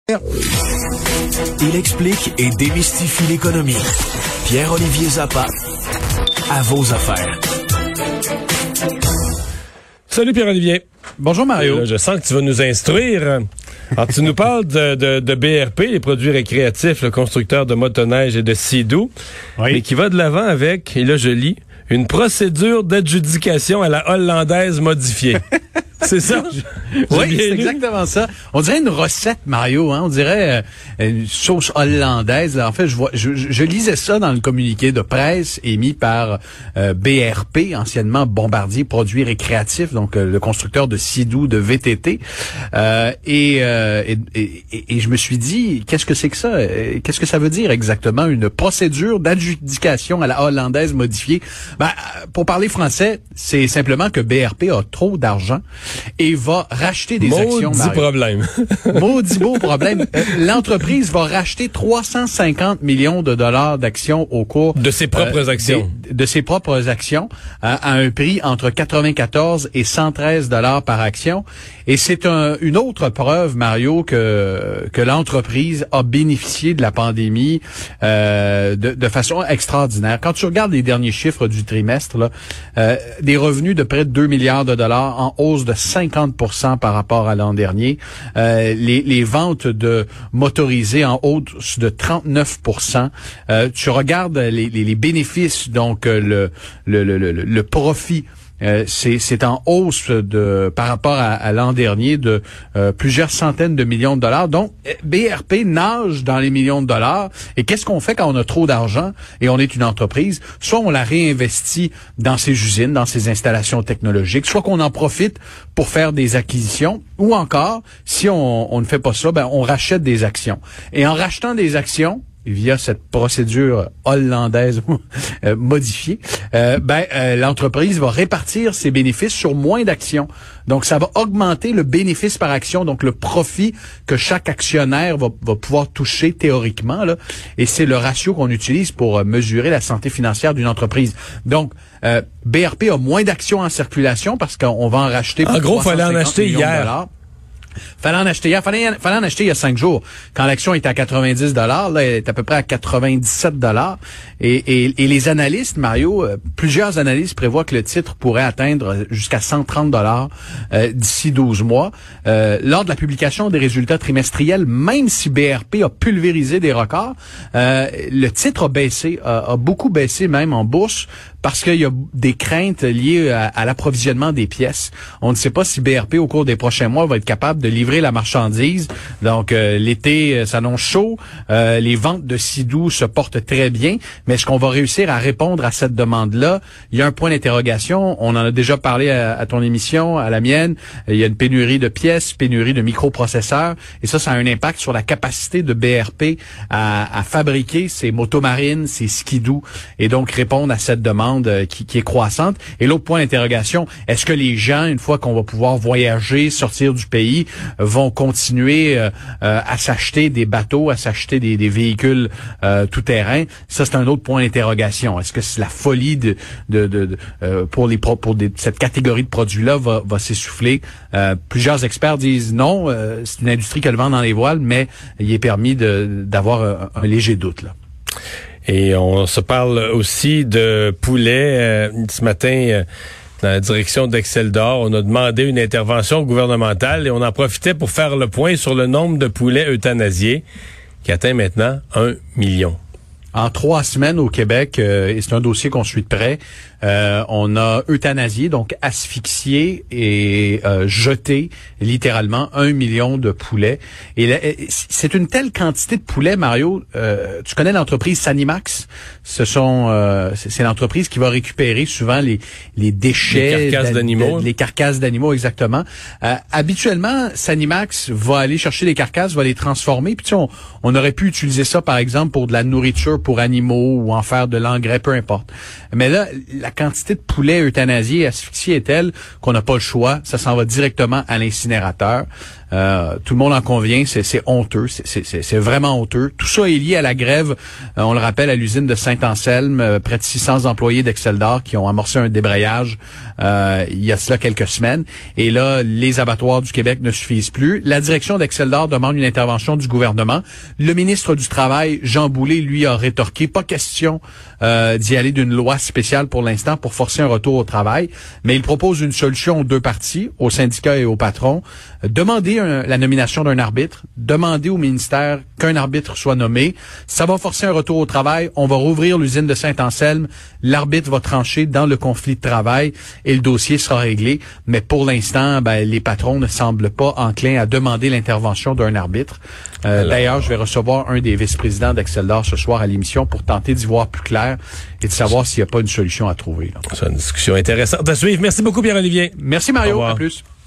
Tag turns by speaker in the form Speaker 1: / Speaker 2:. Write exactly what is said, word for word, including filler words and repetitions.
Speaker 1: Il explique et démystifie l'économie. Pierre-Olivier Zappa, à vos affaires.
Speaker 2: Salut Pierre-Olivier.
Speaker 3: Bonjour Mario.
Speaker 2: Là, je sens que tu vas nous instruire. Alors, tu nous parles de, de, de B R P, les produits récréatifs, le constructeur de motoneige et de Sea-Doo, oui. mais qui va de l'avant avec, et là je lis, une procédure d'adjudication à la hollandaise modifiée. C'est ça?
Speaker 3: Oui, c'est exactement ça. On dirait une recette, Mario, hein? On dirait euh, une sauce hollandaise. Là, en fait, je vois, je, je lisais ça dans le communiqué de presse émis par euh, B R P, anciennement Bombardier Produits Récréatifs, donc euh, le constructeur de Sea-Doo, de V T T. Euh, et, euh, et, et, et je me suis dit, qu'est-ce que c'est que ça? Qu'est-ce que ça veut dire exactement, une procédure d'adjudication à la hollandaise modifiée? Ben, pour parler français, c'est simplement que B R P a trop d'argent et va racheter des
Speaker 2: Maudit
Speaker 3: actions.
Speaker 2: Maudit problème.
Speaker 3: Maudit beau problème. Euh, l'entreprise va racheter trois cent cinquante millions de dollars d'actions au cours
Speaker 2: de ses propres euh, actions.
Speaker 3: Des, de ses propres actions euh, à un prix entre quatre-vingt-quatorze et cent treize dollars par action. Et c'est un, une autre preuve, Mario, que que l'entreprise a bénéficié de la pandémie euh, de, de façon extraordinaire. Quand tu regardes les derniers chiffres du trimestre, là, euh, des revenus de près de deux milliards de dollars en hausse de cinquante pour cent par rapport à l'an dernier. Euh, les, les ventes de motorisés en hausse de trente-neuf pour cent. Euh, tu regardes les, les, les bénéfices, donc le, le, le, le, le profit. Euh, c'est, c'est en hausse de par rapport à, à l'an dernier de euh, plusieurs centaines de millions de dollars. Donc, B R P nage dans les millions de dollars. Et qu'est-ce qu'on fait quand on a trop d'argent et on est une entreprise? Soit on la réinvestit dans ses usines, dans ses installations technologiques, soit qu'on en profite pour faire des acquisitions, ou encore, si on, on ne fait pas ça, ben on rachète des actions. Et en rachetant des actions, via cette procédure hollandaise euh, modifiée, euh, ben euh, l'entreprise va répartir ses bénéfices sur moins d'actions. Donc, ça va augmenter le bénéfice par action, donc le profit que chaque actionnaire va, va pouvoir toucher théoriquement, là. Et c'est le ratio qu'on utilise pour euh, mesurer la santé financière d'une entreprise. Donc, euh, B R P a moins d'actions en circulation parce qu'on va en racheter pour
Speaker 2: en gros, il fallait en acheter hier.
Speaker 3: Fallait en acheter hier. Fallait, fallait en acheter il y a cinq jours. Quand l'action est à quatre-vingt-dix dollars, là, elle est à peu près à quatre-vingt-dix-sept dollars. Et, et, et les analystes, Mario, euh, plusieurs analystes prévoient que le titre pourrait atteindre jusqu'à cent trente dollars euh, d'ici douze mois. Euh, lors de la publication des résultats trimestriels, même si B R P a pulvérisé des records, euh, le titre a baissé, a, a beaucoup baissé même en bourse, parce qu'il y a des craintes liées à, à l'approvisionnement des pièces. On ne sait pas si B R P, au cours des prochains mois, va être capable de livrer la marchandise. Donc, euh, l'été euh, s'annonce chaud. Euh, les ventes de Sea-Doo se portent très bien. Mais est-ce qu'on va réussir à répondre à cette demande-là? Il y a un point d'interrogation. On en a déjà parlé à, à ton émission, à la mienne. Il y a une pénurie de pièces, pénurie de microprocesseurs. Et ça, ça a un impact sur la capacité de B R P à, à fabriquer ses motomarines, ses skidoo, et donc répondre à cette demande Qui, qui est croissante. Et l'autre point d'interrogation, est-ce que les gens, une fois qu'on va pouvoir voyager, sortir du pays, vont continuer euh, euh, à s'acheter des bateaux, à s'acheter des, des véhicules euh, tout-terrain? Ça, c'est un autre point d'interrogation. Est-ce que c'est la folie de, de, de, de euh, pour les pour des, cette catégorie de produits-là va, va s'essouffler? Euh, plusieurs experts disent non, euh, c'est une industrie qui a le vent dans les voiles, mais il est permis de, d'avoir un, un léger doute, là.
Speaker 2: Et on se parle aussi de poulet. Euh, ce matin, euh, dans la direction d'Excel d'Or, on a demandé une intervention gouvernementale et on en profitait pour faire le point sur le nombre de poulets euthanasiés qui atteint maintenant un million.
Speaker 3: En trois semaines au Québec, euh, et c'est un dossier qu'on suit de près, euh, on a euthanasié, donc asphyxié et euh, jeté littéralement un million de poulets. Et là, c'est une telle quantité de poulets, Mario. Euh, tu connais l'entreprise Sanimax? Ce sont, euh, c'est l'entreprise qui va récupérer souvent les les déchets,
Speaker 2: les carcasses d'animaux,
Speaker 3: les carcasses d'animaux exactement. Euh, habituellement, Sanimax va aller chercher les carcasses, va les transformer. Puis tu sais, on, on aurait pu utiliser ça par exemple pour de la nourriture pour animaux ou en faire de l'engrais, peu importe. Mais là, la quantité de poulets euthanasiés et asphyxiés est telle qu'on n'a pas le choix. Ça s'en va directement à l'incinérateur. Euh, tout le monde en convient, c'est, c'est honteux, c'est, c'est, c'est vraiment honteux. Tout ça est lié à la grève, euh, on le rappelle, à l'usine de Saint-Anselme, euh, près de six cents employés d'Exceldor qui ont amorcé un débrayage euh, il y a cela quelques semaines. Et là, les abattoirs du Québec ne suffisent plus. La direction d'Exceldor demande une intervention du gouvernement. Le ministre du Travail, Jean Boulet, lui, a rétorqué, pas question euh, d'y aller d'une loi spéciale pour l'instant pour forcer un retour au travail, mais il propose une solution aux deux parties, aux syndicats et aux patrons. Demander un, la nomination d'un arbitre, demander au ministère qu'un arbitre soit nommé. Ça va forcer un retour au travail. On va rouvrir l'usine de Saint-Anselme. L'arbitre va trancher dans le conflit de travail et le dossier sera réglé. Mais pour l'instant, ben, les patrons ne semblent pas enclins à demander l'intervention d'un arbitre. Euh, Alors... D'ailleurs, je vais recevoir un des vice-présidents d'Exceldor ce soir à l'émission pour tenter d'y voir plus clair et de savoir s'il n'y a pas une solution à trouver. Là.
Speaker 2: C'est une discussion intéressante à suivre. Merci beaucoup, Pierre-Olivier.
Speaker 3: Merci, Mario. À plus.